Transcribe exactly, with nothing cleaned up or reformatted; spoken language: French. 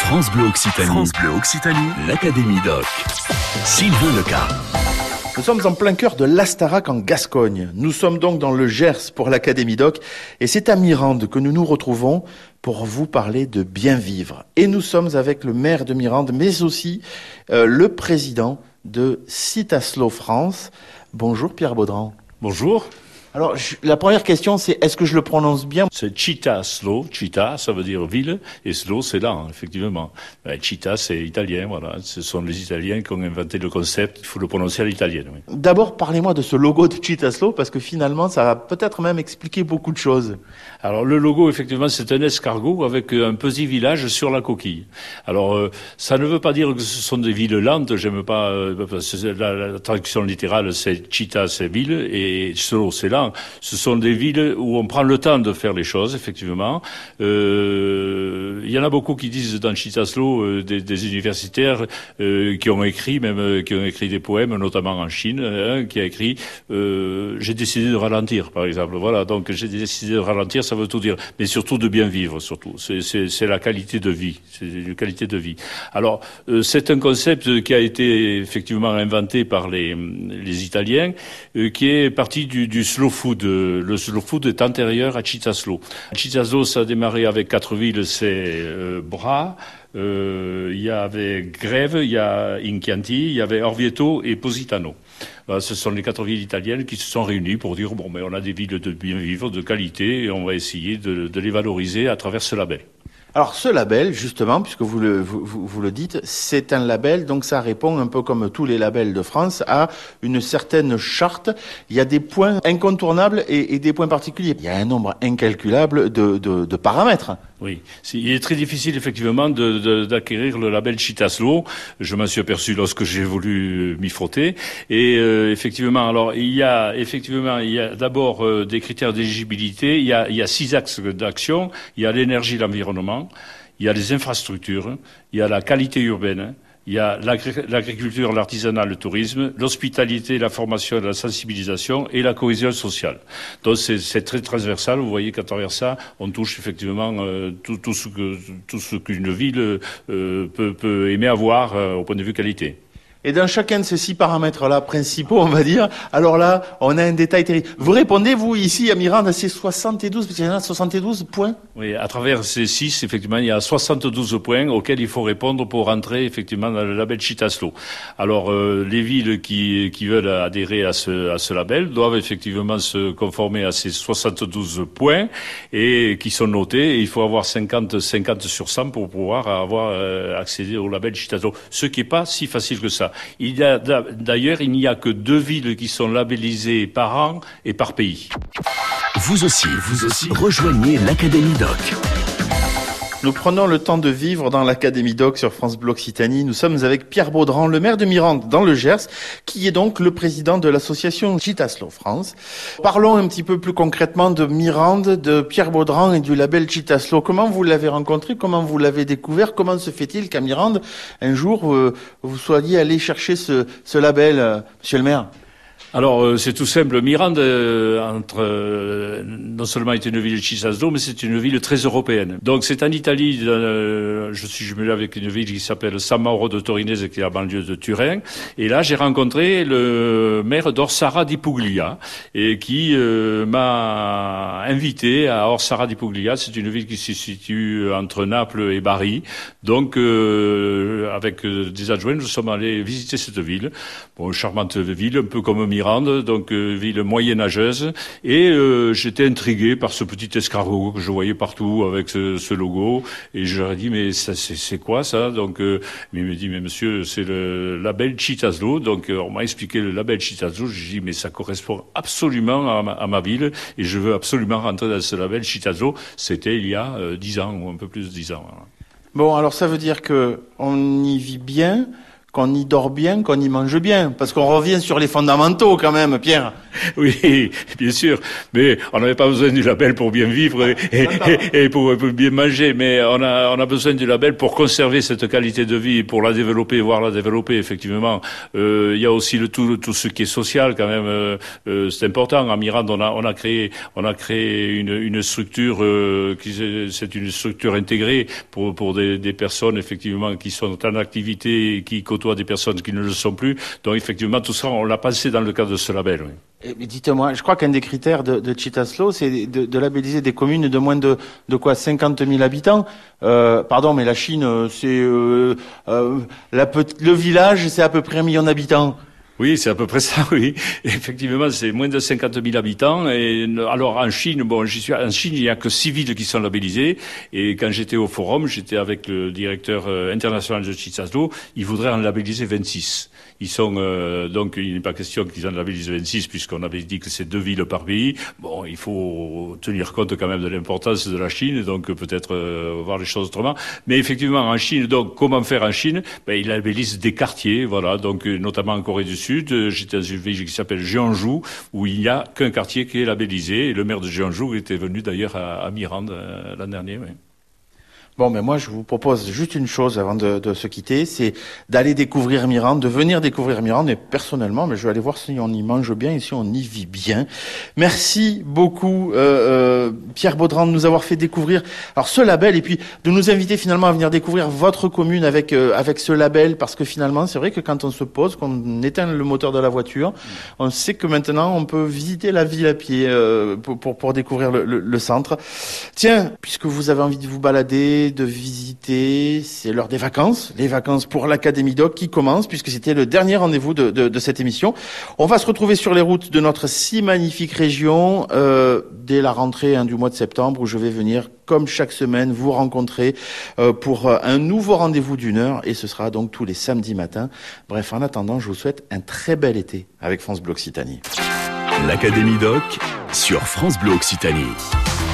France Bleu Occitanie. France Bleu Occitanie. L'Académie Doc. Sylvain Leca. Nous sommes en plein cœur de l'Astarac en Gascogne. Nous sommes donc dans le Gers pour l'Académie Doc et c'est à Mirande que nous nous retrouvons pour vous parler de bien vivre. Et nous sommes avec le maire de Mirande, mais aussi euh, le président de Citaslo France. Bonjour Pierre Baudran. Bonjour. Alors, je, la première question, c'est est-ce que je le prononce bien ? C'est Citaslo. Cita, ça veut dire ville, et Slo, c'est là, effectivement. Ben, Cita, c'est italien, voilà. Ce sont les Italiens qui ont inventé le concept. Il faut le prononcer à l'italienne. Oui. D'abord, parlez-moi de ce logo de Citaslo, parce que finalement, ça va peut-être même expliquer beaucoup de choses. Alors, le logo, effectivement, c'est un escargot avec un petit village sur la coquille. Alors, euh, ça ne veut pas dire que ce sont des villes lentes. J'aime pas, euh, la, la traduction littérale, c'est Cita, c'est ville, et Slo, c'est là. Ce sont des villes où on prend le temps de faire les choses, effectivement. Euh, il y en a beaucoup qui disent dans Citaslo, euh, des, des universitaires euh, qui ont écrit, même euh, qui ont écrit des poèmes, notamment en Chine, hein, qui a écrit euh, « J'ai décidé de ralentir », par exemple. Voilà, donc j'ai décidé de ralentir, ça veut tout dire. Mais surtout de bien vivre, surtout. C'est, c'est, c'est la qualité de vie. C'est une qualité de vie. Alors, euh, c'est un concept qui a été effectivement inventé par les, les Italiens, euh, qui est parti du, du slow food. Le slow food est antérieur à Citaslo. Citaslo, ça a démarré avec quatre villes, c'est euh, Bra, euh, il y avait Grève, il y a Inchianti, il y avait Orvieto et Positano. Ben, ce sont les quatre villes italiennes qui se sont réunies pour dire bon, mais on a des villes de bien vivre, de qualité, et on va essayer de, de les valoriser à travers ce label. Alors ce label, justement, puisque vous le, vous, vous le dites, c'est un label, donc ça répond un peu comme tous les labels de France à une certaine charte. Il y a des points incontournables et, et des points particuliers. Il y a un nombre incalculable de, de, de paramètres. Oui, il est très difficile effectivement de, de, d'acquérir le label Citaslo. Je m'en suis aperçu lorsque j'ai voulu m'y frotter. Et euh, effectivement, alors il y a effectivement il y a d'abord euh, des critères d'éligibilité. Il y a il y a six axes d'action. Il y a l'énergie, l'environnement. Il y a les infrastructures. Il y a la qualité urbaine. Il y a l'agriculture, l'artisanat, le tourisme, l'hospitalité, la formation, la sensibilisation et la cohésion sociale. Donc c'est, c'est très transversal. Vous voyez qu'à travers ça, on touche effectivement euh, tout, tout ce que tout ce qu'une ville euh, peut, peut aimer avoir euh, au point de vue qualité. Et dans chacun de ces six paramètres-là principaux, on va dire, alors là, on a un détail terrible. Vous répondez, vous, ici, à Mirande, à ces soixante-douze, parce qu'il y en a soixante-douze points? Oui, à travers ces six, effectivement, il y a soixante-douze points auxquels il faut répondre pour rentrer, effectivement, dans le label Citaslo. Alors, euh, les villes qui, qui veulent adhérer à ce, à ce label doivent effectivement se conformer à ces soixante-douze points et qui sont notés. Et il faut avoir cinquante, cinquante sur cent pour pouvoir avoir euh, accédé au label Citaslo. Ce qui n'est pas si facile que ça. Il y a, d'ailleurs, il n'y a que deux villes qui sont labellisées par an et par pays. Vous aussi, vous aussi, rejoignez l'Académie Doc. Nous prenons le temps de vivre dans l'Académie Doc sur France Bleu Occitanie. Nous sommes avec Pierre Baudran, le maire de Mirande dans le Gers, qui est donc le président de l'association Citaslo France. Parlons un petit peu plus concrètement de Mirande, de Pierre Baudran et du label Citaslo. Comment vous l'avez rencontré? Comment vous l'avez découvert? Comment se fait-il qu'à Mirande, un jour, euh, vous soyez allé chercher ce, ce label, euh, monsieur le maire? Alors, euh, c'est tout simple. Mirande, euh, entre, euh, non seulement est une ville de Citaslo, mais c'est une ville très européenne. Donc, c'est en Italie, euh, je suis jumelé avec une ville qui s'appelle San Mauro de Torinese, qui est la banlieue de Turin. Et là, j'ai rencontré le maire d'Orsara di Puglia, et qui euh, m'a invité à Orsara di Puglia. C'est une ville qui se situe entre Naples et Bari. Donc, euh, avec des adjoints, nous sommes allés visiter cette ville. Bon, charmante ville, un peu comme Mirande. Donc euh, ville moyenâgeuse, et euh, j'étais intrigué par ce petit escargot que je voyais partout avec ce, ce logo, et je leur ai dit mais ça, c'est, c'est quoi ça? Donc euh, mais il me dit mais monsieur, c'est le label Citaslo. Donc euh, on m'a expliqué le label Citaslo. J'ai dit mais ça correspond absolument à ma, à ma ville, et je veux absolument rentrer dans ce label Citaslo. C'était il y a euh, dix ans ou un peu plus de dix ans. Voilà. Bon, alors ça veut dire que on y vit bien, qu'on y dort bien, qu'on y mange bien. Parce qu'on revient sur les fondamentaux quand même, Pierre. Oui, bien sûr. Mais on n'avait pas besoin du label pour bien vivre et, et, et pour, pour bien manger. Mais on a, on a besoin du label pour conserver cette qualité de vie, pour la développer, voire la développer, effectivement. Euh, il y a aussi le tout, tout ce qui est social, quand même. Euh, euh, c'est important. À Mirande, on a, on a créé, on a créé une, une structure, euh, qui, c'est une structure intégrée pour, pour des, des personnes, effectivement, qui sont en activité et qui côtoient des personnes qui ne le sont plus. Donc, effectivement, tout ça, on l'a pensé dans le cadre de ce label, oui. Et dites-moi, je crois qu'un des critères de, de Chitaslo, c'est de, de labelliser des communes de moins de, de quoi, cinquante mille habitants. Euh, pardon, mais la Chine, c'est euh, euh, la, le village, c'est à peu près un million d'habitants. Oui, c'est à peu près ça, oui. Effectivement, c'est moins de cinquante mille habitants. Et alors, en Chine, bon, j'y suis, en Chine, il n'y a que six villes qui sont labellisées. Et quand j'étais au forum, j'étais avec le directeur euh, international de Chitaslo. Il voudrait en labelliser vingt-six. Ils sont, euh, donc, il n'est pas question qu'ils en labellisent vingt-six, puisqu'on avait dit que c'est deux villes par pays. Bon, il faut tenir compte quand même de l'importance de la Chine, donc peut-être euh, voir les choses autrement. Mais effectivement, en Chine, donc, comment faire en Chine? Ben, ils labellisent des quartiers, voilà, donc, notamment en Corée du Sud. Sud, j'étais dans une ville qui s'appelle Jeonju, où il n'y a qu'un quartier qui est labellisé. Et le maire de Jeonju était venu d'ailleurs à, à Mirande euh, l'an dernier. Oui. Bon, mais moi, je vous propose juste une chose avant de, de se quitter, c'est d'aller découvrir Mirande, de venir découvrir Mirande. Et personnellement, mais je vais aller voir si on y mange bien et si on y vit bien. Merci beaucoup, euh, euh, Pierre Baudran, de nous avoir fait découvrir alors ce label et puis de nous inviter finalement à venir découvrir votre commune avec euh, avec ce label, parce que finalement, c'est vrai que quand on se pose, qu'on éteint le moteur de la voiture, on sait que maintenant, on peut visiter la ville à pied euh, pour, pour pour découvrir le, le, le centre. Tiens, puisque vous avez envie de vous balader, de visiter, c'est l'heure des vacances, les vacances pour l'Académie Doc qui commencent, puisque c'était le dernier rendez-vous de, de, de cette émission. On va se retrouver sur les routes de notre si magnifique région euh, dès la rentrée hein, du mois de septembre, où je vais venir, comme chaque semaine, vous rencontrer euh, pour euh, un nouveau rendez-vous d'une heure, et ce sera donc tous les samedis matins. Bref, en attendant, je vous souhaite un très bel été avec France Bleu Occitanie. L'Académie Doc sur France Bleu Occitanie.